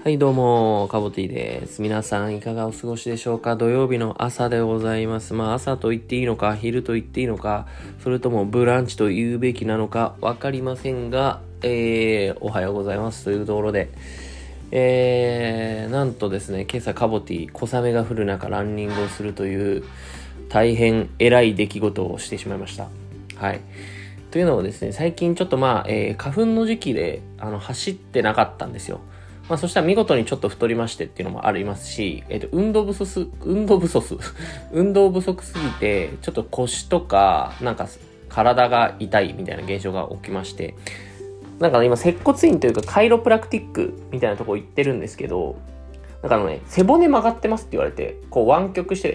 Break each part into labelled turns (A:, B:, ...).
A: はいどうも、カボティです。皆さんいかがお過ごしでしょうか。土曜日の朝でございます。朝と言っていいのか、昼と言っていいのか、それともブランチと言うべきなのかわかりませんが、おはようございますというところで、なんとですね、今朝カボティ、小雨が降る中ランニングをするという大変偉い出来事をしてしまいました。はい。というのもですね、最近ちょっと花粉の時期で走ってなかったんですよ。そしたら見事にちょっと太りましてっていうのもありますし、運動不足すぎて、ちょっと腰とか、体が痛いみたいな現象が起きまして、今、接骨院というか、カイロプラクティックみたいなとこ行ってるんですけど、背骨曲がってますって言われて、湾曲して、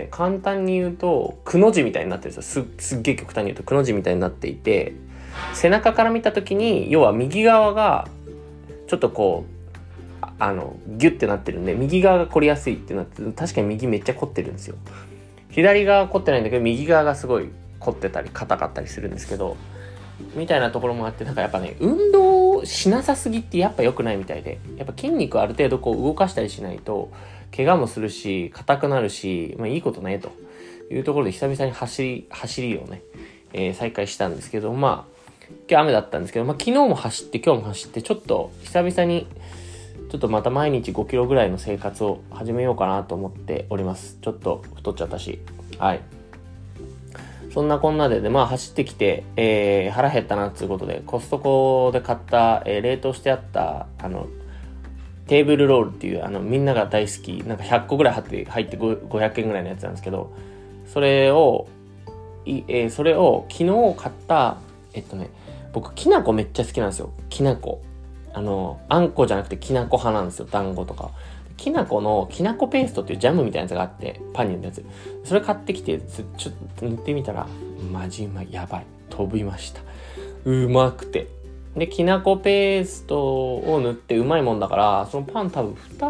A: 簡単に言うと、くの字みたいになってるんですよ。すっげえ極端に言うと、くの字みたいになっていて、背中から見た時に、要は右側が、ちょっとギュッてなってるんで、右側が凝りやすいってなって、確かに右めっちゃ凝ってるんですよ。左側凝ってないんだけど、右側がすごい凝ってたり、硬かったりするんですけど、みたいなところもあって、やっぱね、運動しなさすぎってやっぱ良くないみたいで、やっぱ筋肉ある程度動かしたりしないと、怪我もするし、硬くなるし、いいことね、というところで久々に走りをね、再開したんですけど、今日雨だったんですけど、昨日も走って、今日も走って、ちょっと久々に、ちょっとまた毎日5キロぐらいの生活を始めようかなと思っております。ちょっと太っちゃったし。はい。そんなこんなで走ってきて、腹減ったなっていうことで、コストコで買った、冷凍してあった、テーブルロールっていう、みんなが大好き、100個ぐらい入って500円ぐらいのやつなんですけど、それを昨日買った、僕、きなこめっちゃ好きなんですよ。きなこ。あんこじゃなくてきなこ派なんですよ。団子とか。きなこのきなこペーストっていうジャムみたいなやつがあって、パンに塗るやつ。それ買ってきて、ちょっと塗ってみたら、マジうまい。やばい。飛びました。うまくて。で、きなこペーストを塗ってうまいもんだから、そのパン多分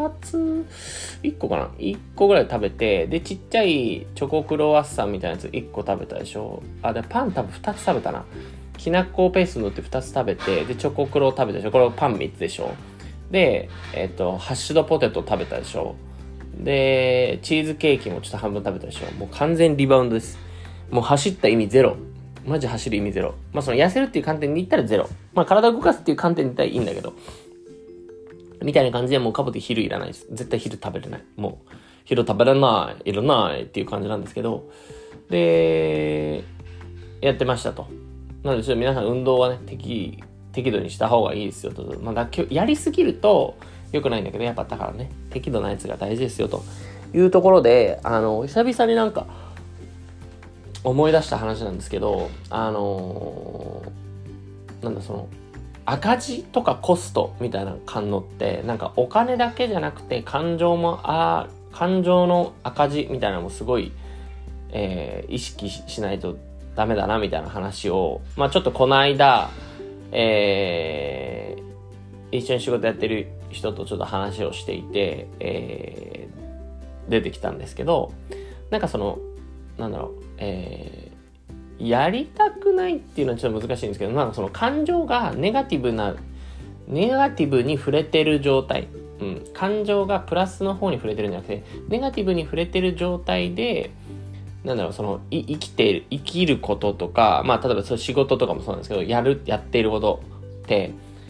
A: 1個かな ?1 個ぐらい食べて、で、ちっちゃいチョコクロワッサンみたいなやつ1個食べたでしょ。で、パン多分2つ食べたな。きなこペースト塗って2つ食べて、で、チョコクロ食べたでしょ。これパン3つでしょ。で、ハッシュドポテト食べたでしょ。で、チーズケーキもちょっと半分食べたでしょ。もう完全リバウンドです。もう走った意味ゼロ。マジ走る意味ゼロ。その痩せるっていう観点で言ったらゼロ。体を動かすっていう観点で言ったらいいんだけど。みたいな感じでもうカボティ昼いらないです。絶対昼食べれない。もう、昼食べれない、いらないっていう感じなんですけど。で、やってましたと。なので皆さん運動はね、適度にした方がいいですよと。やりすぎると良くないんだけど、やっぱだからね、適度なやつが大事ですよというところで、久々に思い出した話なんですけど、赤字とかコストみたいな感のって、お金だけじゃなくて感情の赤字みたいなのもすごい、意識しないとダメだなみたいな話を、ちょっとこの間、一緒に仕事やってる人とちょっと話をしていて、出てきたんですけど、やりたくないっていうのはちょっと難しいんですけど、その感情がネガティブに触れてる状態、感情がプラスの方に触れてるんじゃなくて、ネガティブに触れてる状態で、生きることとか、例えばその仕事とかもそうなんですけど、やっていることって、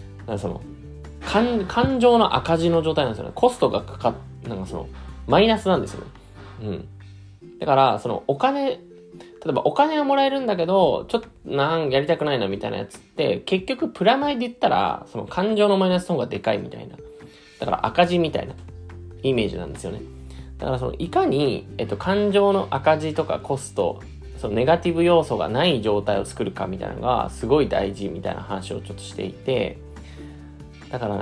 A: 感情の赤字の状態なんですよね。コストがマイナスなんですよね。だから、例えばお金はもらえるんだけど、ちょっとやりたくないなみたいなやつって、結局プラマイで言ったら、その感情のマイナスの方がでかいみたいな。だから赤字みたいなイメージなんですよね。だからいかに、感情の赤字とかコスト、そのネガティブ要素がない状態を作るかみたいなのがすごい大事みたいな話をちょっとしていて、だから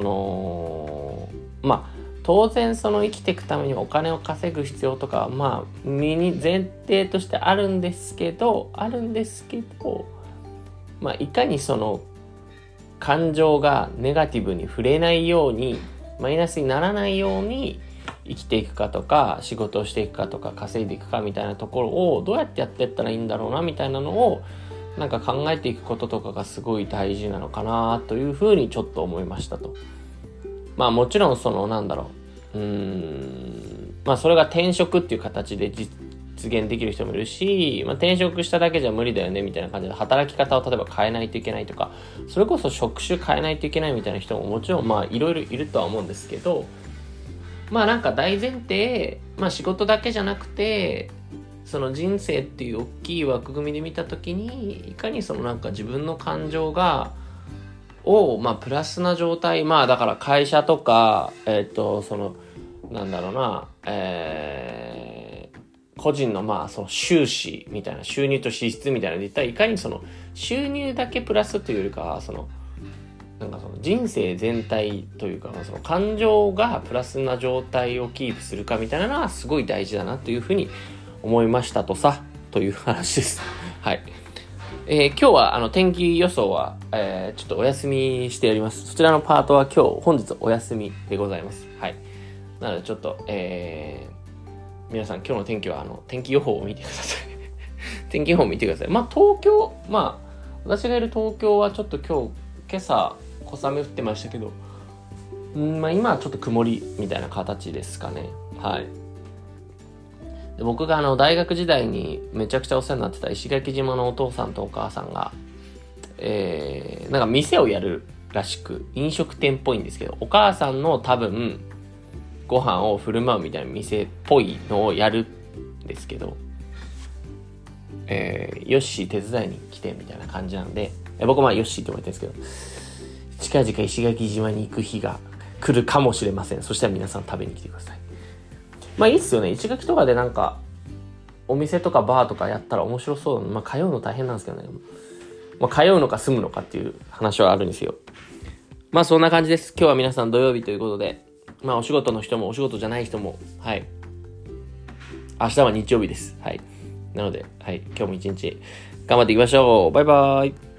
A: 当然生きていくためにお金を稼ぐ必要とかは前提としてあるんですけど、いかにその感情がネガティブに触れないように、マイナスにならないように生きていくかとか、仕事をしていくかとか、稼いでいくかみたいなところをどうやってやっていったらいいんだろうなみたいなのを考えていくこととかがすごい大事なのかなというふうにちょっと思いましたと。 まあもちろんそれが転職っていう形で実現できる人もいるし、転職しただけじゃ無理だよねみたいな感じで働き方を例えば変えないといけないとか、それこそ職種変えないといけないみたいな人ももちろんいろいろいるとは思うんですけど、なんか大前提、仕事だけじゃなくて、その人生っていう大きい枠組みで見たときに、いかにそのなんか自分の感情プラスな状態、だから会社とか、個人のその収支みたいな、収入と支出みたいなので言ったら、いかにその収入だけプラスというよりかは、その人生全体というか、その感情がプラスな状態をキープするかみたいなのはすごい大事だなというふうに思いましたという話です。はい。今日は天気予想は、ちょっとお休みしております。そちらのパートは本日お休みでございます。はい。なのでちょっと、皆さん今日の天気は天気予報を見てください。天気予報を見てください。東京、私がいる東京はちょっと今朝小雨降ってましたけど、今はちょっと曇りみたいな形ですかね。はい。で、僕が大学時代にめちゃくちゃお世話になってた石垣島のお父さんとお母さんが、なんか店をやるらしく、飲食店っぽいんですけど、お母さんの多分ご飯を振る舞うみたいな店っぽいのをやるんですけど、ヨッシー手伝いに来てみたいな感じなんで、僕はヨッシーって言われてるんですけど、近々石垣島に行く日が来るかもしれません。そしたら皆さん食べに来てください。いいっすよね。石垣とかでなんかお店とかバーとかやったら面白そう。通うの大変なんですけどね。通うのか住むのかっていう話はあるんですよ。そんな感じです。今日は皆さん土曜日ということで、お仕事の人もお仕事じゃない人も、はい。明日は日曜日です。はい。なので、はい。今日も一日頑張っていきましょう。バイバーイ。